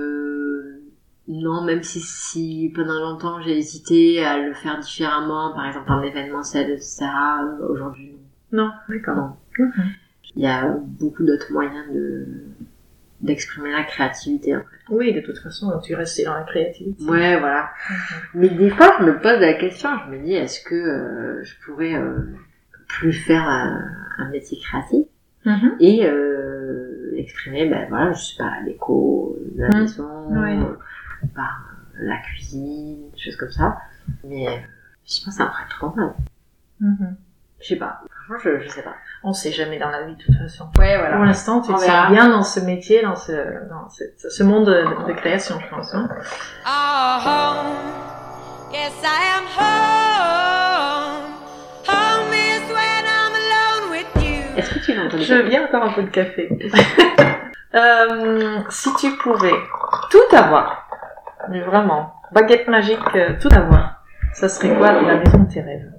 non, même si pendant longtemps j'ai hésité à le faire différemment, par exemple en événementiel, etc. Aujourd'hui non. Non, d'accord. Non. Il y a beaucoup d'autres moyens d'exprimer la créativité en fait. Oui, de toute façon, tu restes dans la créativité. Ouais, voilà. Mais des fois, je me pose la question, je me dis, est-ce que je pourrais plus faire un métier créatif et exprimer, je sais pas, l'écho de la maison, par la cuisine, des choses comme ça. Mais je pense que ça me ferait trop mal. Je sais pas. Franchement, je sais pas. On sait jamais dans la vie de toute façon. Ouais, voilà. Pour l'instant, tu te sens bien dans ce métier, dans ce monde de création, je pense. Hein. Yes, I am home. Home is when I'm alone with you. Est-ce que tu l'as entendu? Je veux bien encore un peu de café. Si tu pouvais tout avoir, mais vraiment, baguette magique, tout avoir, ça serait quoi la maison de tes rêves?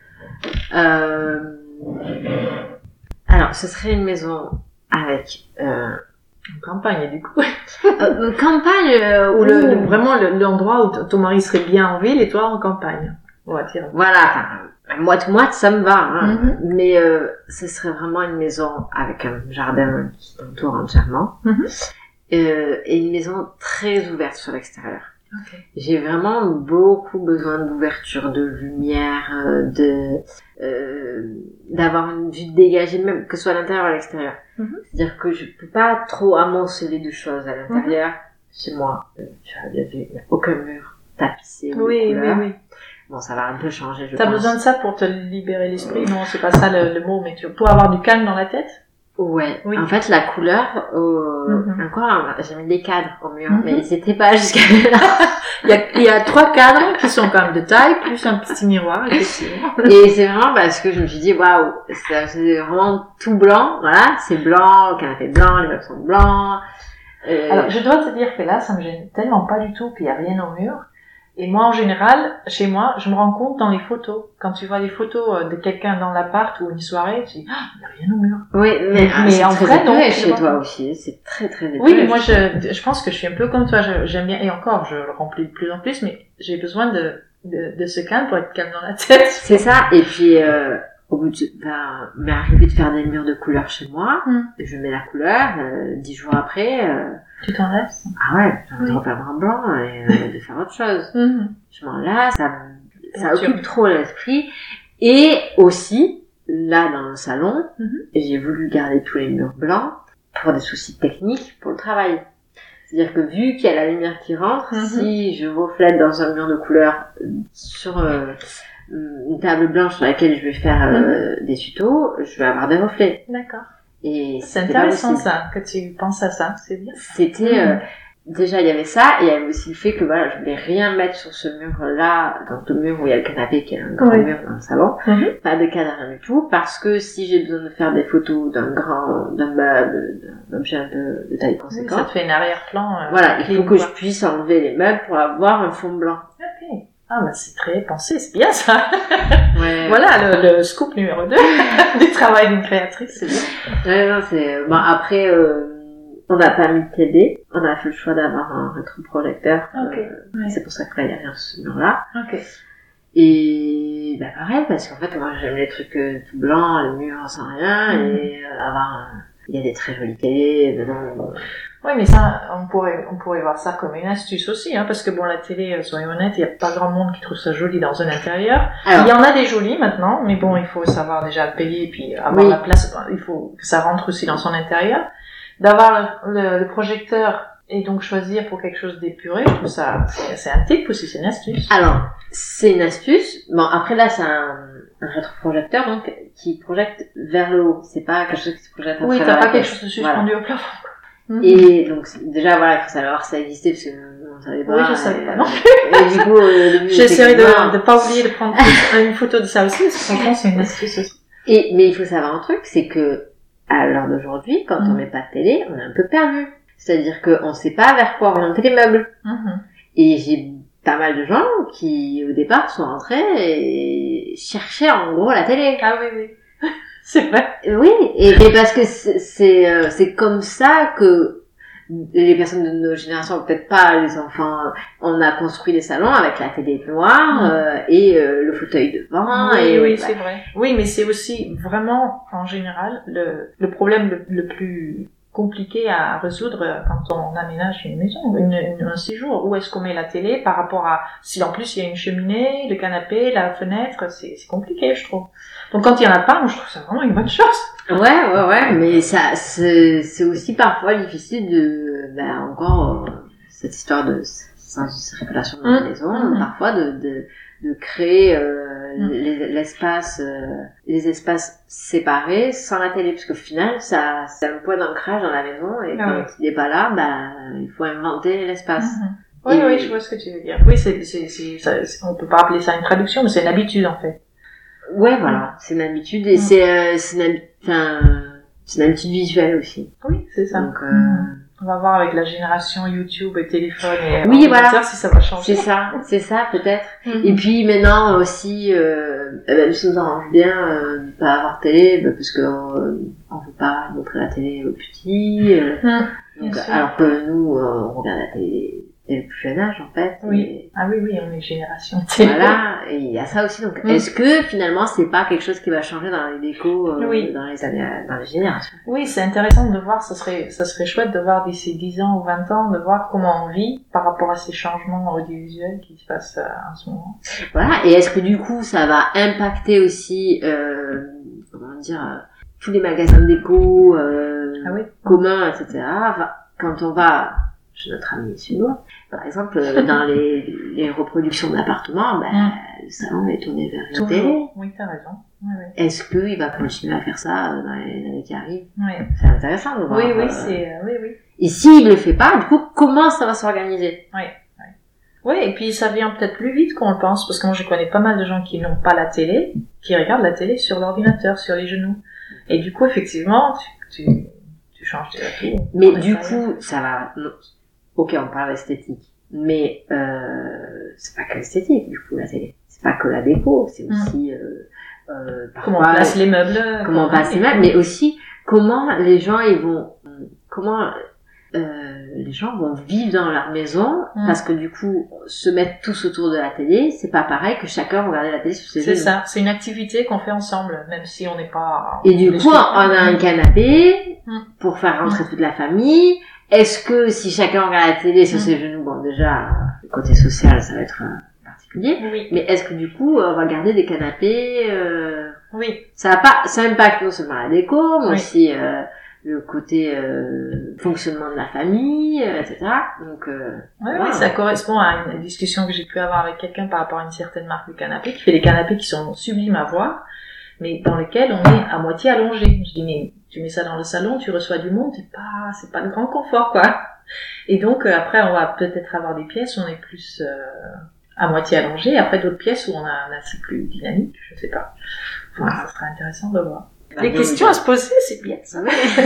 Alors, ce serait une maison avec une campagne du coup. Une campagne ou vraiment l'endroit où ton mari serait bien en ville et toi en campagne. On va dire. Voilà, moite ça me va. Hein. Mais ce serait vraiment une maison avec un jardin qui t'entoure entièrement et une maison très ouverte sur l'extérieur. Okay. J'ai vraiment beaucoup besoin d'ouverture, de lumière, d'avoir une vue dégagée, même que ce soit à l'intérieur ou à l'extérieur. C'est-à-dire que je peux pas trop amonceler de choses à l'intérieur. Chez moi, tu as bien vu, il n'y a aucun mur tapissé. Oui. Bon, ça va un peu changer, je pense. T'as besoin de ça pour te libérer l'esprit? Non, c'est pas ça le mot, mais pour avoir du calme dans la tête? Ouais. Oui. En fait, la couleur, encore, j'ai mis des cadres au mur, mais ils étaient pas jusqu'à là. Il y a 3 cadres qui sont quand même de taille, plus un petit miroir, effectivement. Et c'est vraiment parce que je me suis dit, waouh, c'est vraiment tout blanc, voilà, c'est blanc, le canapé blanc, les meubles sont blancs, Alors, je dois te dire que là, ça me gêne tellement pas du tout qu'il y a rien au mur. Et moi, en général, chez moi, je me rends compte dans les photos. Quand tu vois des photos de quelqu'un dans l'appart ou une soirée, tu dis, ah, il n'y a rien au mur. Oui, mais Mais en c'est vrai, très non, épuré je chez vois toi pas. aussi. C'est très très épuré. Oui, mais moi, je pense que je suis un peu comme toi. J'aime bien, et encore, je le remplis de plus en plus, mais j'ai besoin de ce calme pour être calme dans la tête. C'est ça. Et puis, au bout de, m'est arrivé de faire des murs de couleur chez moi. Je mets la couleur, 10 jours après, Tu t'en laisses? ah ouais, j'ai envie de Oui. repeindre en blanc et de faire autre chose. Mhm. Je m'en lasse, ça Perturbe. occupe trop l'esprit. Et aussi, là, dans le salon, j'ai voulu garder tous les murs blancs pour des soucis techniques pour le travail. C'est-à-dire que vu qu'il y a la lumière qui rentre, si je reflète dans un mur de couleur sur une table blanche sur laquelle je vais faire des tutos, je vais avoir des reflets. D'accord. Et C'est c'était pas intéressant possible. ça, que tu penses à ça, c'est bien. C'était déjà il y avait ça et il y avait aussi le fait que voilà, je voulais rien mettre sur ce mur là, dans le mur où il y a le canapé qui est un grand Oui. mur dans le salon, pas de cadre rien du tout, parce que si j'ai besoin de faire des photos d'un meuble, d'un objet un peu de taille Oui, ça conséquente, te fait un arrière-plan. voilà, il clean, faut que quoi. je puisse enlever les meubles pour avoir un fond blanc. Ok. Ah bah c'est très pensé, c'est bien ça. Ouais. Voilà le scoop numéro 2 du travail d'une créatrice, c'est bien. Ouais, non, c'est bon après on n'a pas mis de télé, on a fait le choix d'avoir un rétroprojecteur. Ok. Ouais. C'est pour ça que là il y a rien sur ce mur là. Ok. Et bah pareil, parce qu'en fait moi j'aime les trucs tout blancs, les murs sans rien, et il y a des très jolies télés dedans. Oui, mais ça, on pourrait voir ça comme une astuce aussi, hein, parce que bon, la télé, soyons honnêtes, il n'y a pas grand monde qui trouve ça joli dans un intérieur. Alors, Il y en a des jolis maintenant, mais bon, il faut savoir déjà le payer et puis avoir Oui. la place, il faut que ça rentre aussi dans son intérieur. D'avoir le projecteur et donc choisir pour quelque chose d'épuré, je trouve ça, c'est un tip aussi, c'est une astuce. alors c'est une astuce. Bon après là c'est un rétroprojecteur donc qui projette vers le haut. C'est pas quelque chose qui se projette à Oui, travers t'as la pas quelque tête. chose de suspendu au plafond. Et donc déjà voilà, il faut savoir que ça existait parce que on savait pas. Oui, je savais pas non Et du coup, j'essaierai de pas oublier de prendre une photo de ça aussi, parce que franchement, c'est une astuce aussi. Mais il faut savoir un truc, c'est que à l'heure d'aujourd'hui, quand on met pas de télé, on est un peu perdu. C'est-à-dire qu'on sait pas vers quoi orienter les meubles. Et j'ai pas mal de gens qui, au départ, sont rentrés et cherchaient en gros la télé. Ah oui, oui. C'est vrai. Oui, et parce que c'est comme ça que les personnes de nos générations, peut-être pas les enfants, on a construit des salons avec la télé noire et le fauteuil devant. Oui, et oui, c'est vrai. Oui, mais c'est aussi vraiment, en général, le problème le plus compliqué à résoudre quand on aménage une maison, un séjour. Où est-ce qu'on met la télé par rapport à si en plus il y a une cheminée, le canapé, la fenêtre, c'est compliqué, je trouve. Donc quand il y en a pas, moi je trouve ça vraiment une bonne chose. Ouais, mais ça, c'est aussi parfois difficile de, encore, cette histoire de sens de circulation dans la maison, parfois de créer, l'espace, les espaces séparés sans la télé, parce qu'au final, ça, c'est un point d'ancrage dans la maison, et quand il est pas là, il faut inventer l'espace. Oui, oui, je vois ce que tu veux dire. Oui, on peut pas appeler ça une traduction, mais c'est une habitude, en fait. Ouais, voilà. C'est une habitude, et c'est une habitude visuelle aussi. Oui, c'est ça. Donc, on va voir avec la génération YouTube et téléphone et oui, voilà. si ça va changer. C'est ça, peut-être. Et puis maintenant aussi, ça nous arrange bien de pas avoir télé, parce que on veut pas montrer la télé aux petits. Donc, alors que nous, on regarde la télé dès le plus jeune âge, en fait. Oui. Et, Ah oui, oui, on est génération télé. voilà. Et il y a ça aussi. Donc, est-ce que finalement, c'est pas quelque chose qui va changer dans les décos, dans les années, dans les générations? Oui, c'est intéressant de voir, ça serait chouette de voir d'ici 10 ans ou 20 ans, de voir comment on vit par rapport à ces changements audiovisuels qui se passent en ce moment. Voilà. Et est-ce que du coup, ça va impacter aussi, comment dire, tous les magasins de déco, communs, etc. Enfin, quand on va chez notre ami suédois, par exemple, dans les reproductions d'appartements, le salon est tourné vers une télé. Oui, t'as raison. Oui. Est-ce qu'il va continuer à faire ça dans les années qui arrivent? Oui. C'est intéressant de voir. Oui, oui. Et s'il le fait pas, du coup, comment ça va s'organiser? Oui, et puis ça vient peut-être plus vite qu'on le pense, parce que moi je connais pas mal de gens qui n'ont pas la télé, qui regardent la télé sur l'ordinateur, sur les genoux. Et du coup, effectivement, tu tu changes déjà tout. Mais En du effet. coup, ça va... non. Ok, on parle esthétique. Mais c'est pas que l'esthétique, du coup, la télé. C'est pas que la déco. C'est aussi... Comment on parfois, place les meubles. comment on passe les meubles, mais aussi comment les gens ils vont... Comment les gens vont vivre dans leur maison, parce que du coup, se mettre tous autour de la télé, c'est pas pareil que chacun regarder la télé sur ses C'est genoux. ça, c'est une activité qu'on fait ensemble, même si on n'est pas... Et du coup, on a un canapé Mm. pour faire rentrer toute la famille. Est-ce que si chacun regarde la télé sur ses genoux, bon déjà, le côté social, ça va être particulier. Oui, Mais est-ce que du coup, on va garder des canapés oui. ça impacte non seulement la déco, mais Oui. aussi le côté fonctionnement de la famille, etc. Donc, Oui, ça correspond à une discussion que j'ai pu avoir avec quelqu'un par rapport à une certaine marque de canapé, qui fait des canapés qui sont sublimes à voir, mais dans lesquels on est à moitié allongé. Je dis, mais tu mets ça dans le salon, tu reçois du monde, c'est pas le grand confort, quoi. Et donc, après, on va peut-être avoir des pièces où on est plus à moitié allongé, après d'autres pièces où on a un assis plus dynamique, je sais pas. Enfin, ça sera intéressant de voir. Des questions à se poser, c'est bien ça.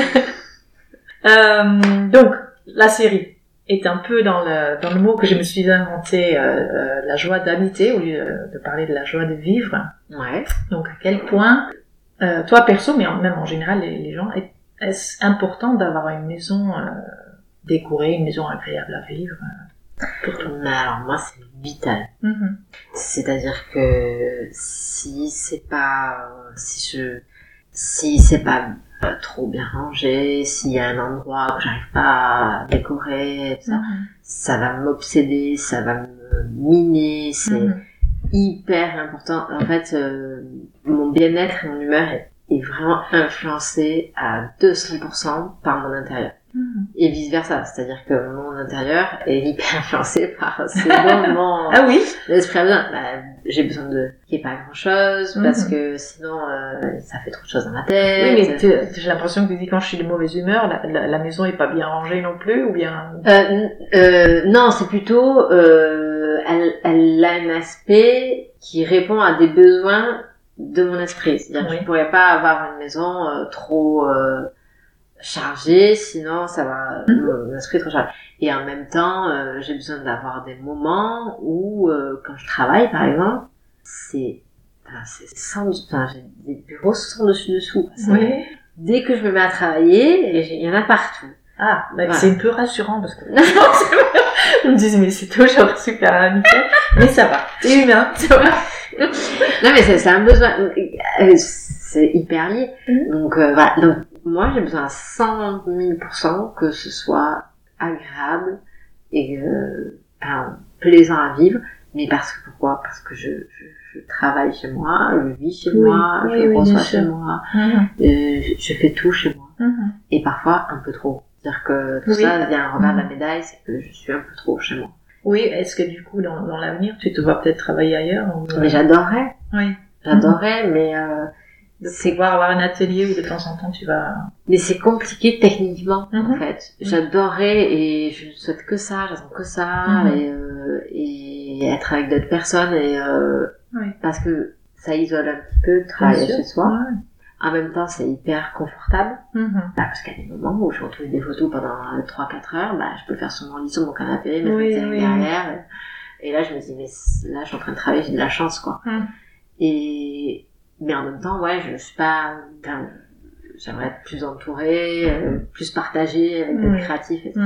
Donc, la série est un peu dans le mot que je me suis inventé, la joie d'habiter au lieu de parler de la joie de vivre. Ouais. Donc, à quel point, toi perso, mais même en général les gens, est-ce important d'avoir une maison décorée, une maison agréable à vivre pour toi? Mais alors moi, c'est vital. Mm-hmm. C'est-à-dire que si c'est pas trop bien rangé, s'il y a un endroit où j'arrive pas à décorer, tout ça, ça va m'obséder, ça va me miner, c'est hyper important. En fait, mon bien-être et mon humeur est vraiment influencé à 200% par mon intérieur. Et vice versa, c'est-à-dire que mon intérieur est hyper influencé par ce dont mon Ah oui? l'esprit a besoin. J'ai besoin de qu'il n'y ait pas grand-chose, parce que sinon ça fait trop de choses dans ma tête. Oui, mais j'ai l'impression que tu dis quand je suis de mauvaise humeur, la maison est pas bien rangée non plus, ou bien... Non, c'est plutôt elle a un aspect qui répond à des besoins de mon esprit. C'est-à-dire que je pourrais pas avoir une maison trop chargée, sinon ça va mon esprit est trop chargé. Et en même temps, j'ai besoin d'avoir des moments où quand je travaille par exemple, c'est sans, j'ai des bureaux sans dessus dessous. Oui. Dès que je me mets à travailler, il y en a partout. Ah, bah Voilà. c'est un peu rassurant parce que je me disais mais c'est toujours super nickel, mais ça va, c'est humain, ça va. Non mais c'est un besoin, c'est hyper lié. Donc voilà, donc moi j'ai besoin à 100 000% que ce soit agréable et plaisant à vivre. Mais pourquoi? Parce que je travaille chez moi, je vis chez moi, je reçois chez moi, je fais tout chez moi. Et parfois un peu trop. C'est-à-dire que tout ça, il y a un revers de la médaille, c'est que je suis un peu trop chez moi. Oui, est-ce que du coup dans l'avenir tu te vois peut-être travailler ailleurs ou... Mais j'adorerais. Oui. J'adorerais, mais c'est pouvoir avoir un atelier où de temps en temps tu vas... Mais c'est compliqué techniquement, en fait. J'adorerais et je ne souhaite que ça, j'attends que ça, et être avec d'autres personnes parce que ça isole un petit peu de travailler chez soi. Ouais. En même temps, c'est hyper confortable. Parce qu'il y a des moments où je retrouve des photos pendant 3-4 heures, je peux le faire sur mon lit, sur mon canapé, mettre ma télé derrière. Et là, je me dis, mais là, je suis en train de travailler, j'ai de la chance, quoi. Mais en même temps, je suis pas, j'aimerais être plus entourée, plus partagée avec d'autres créatifs, etc.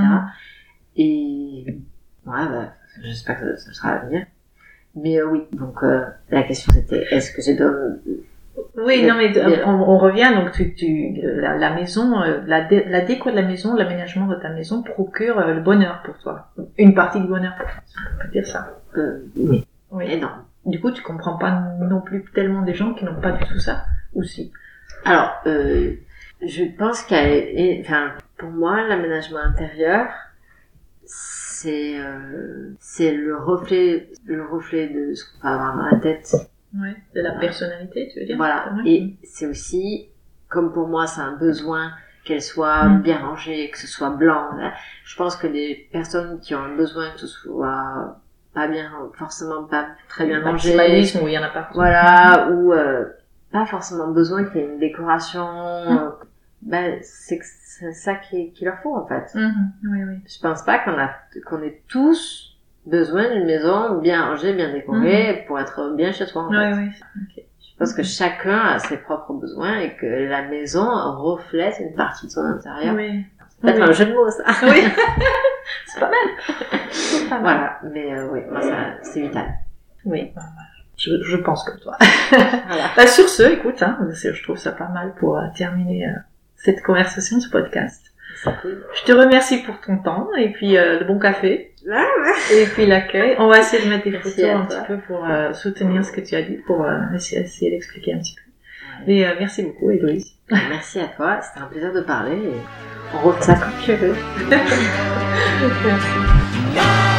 Et, j'espère que ça sera à venir. Mais oui, donc, la question c'était, est-ce que j'ai de... Oui, non, mais on revient, donc la maison, la déco de la maison, l'aménagement de ta maison procure le bonheur pour toi. Une partie du bonheur pour toi, si on peut dire ça. Oui. Et non. Du coup, tu comprends pas non plus tellement des gens qui n'ont pas du tout ça, ou si? Alors, je pense pour moi, l'aménagement intérieur, c'est le reflet de ce qu'on peut avoir dans la tête. Ouais, de la personnalité, tu veux dire? Voilà. Et c'est aussi, comme pour moi, c'est un besoin qu'elle soit bien rangée, que ce soit blanc. Je pense que les personnes qui ont un besoin que ce soit pas bien, forcément pas très bien rangé. Maximalisme où il y en a pas. Voilà, ou pas forcément besoin qu'il y ait une décoration c'est que c'est ça qu'il leur faut en fait. Oui, oui. Je pense pas qu'on ait tous besoin d'une maison bien rangée, bien décorée pour être bien chez soi en fait. Oui, oui. Okay. Je pense que chacun a ses propres besoins et que la maison reflète une partie de son intérieur. Oui. C'est peut-être un jeu de mots ça. Oui. C'est pas mal. Voilà, mais oui, moi ça c'est vital. Oui. Je pense comme toi. Voilà. Sur ce, écoute, je trouve ça pas mal pour terminer cette conversation, ce podcast. C'est cool. Je te remercie pour ton temps et puis le bon café et puis l'accueil. On va essayer de mettre des photos un petit peu pour soutenir ce que tu as dit, pour essayer d'expliquer un petit peu. Ouais. Et merci beaucoup, Héloïse. Merci à toi, c'était un plaisir de parler et on refait ça quand tu veux. Merci.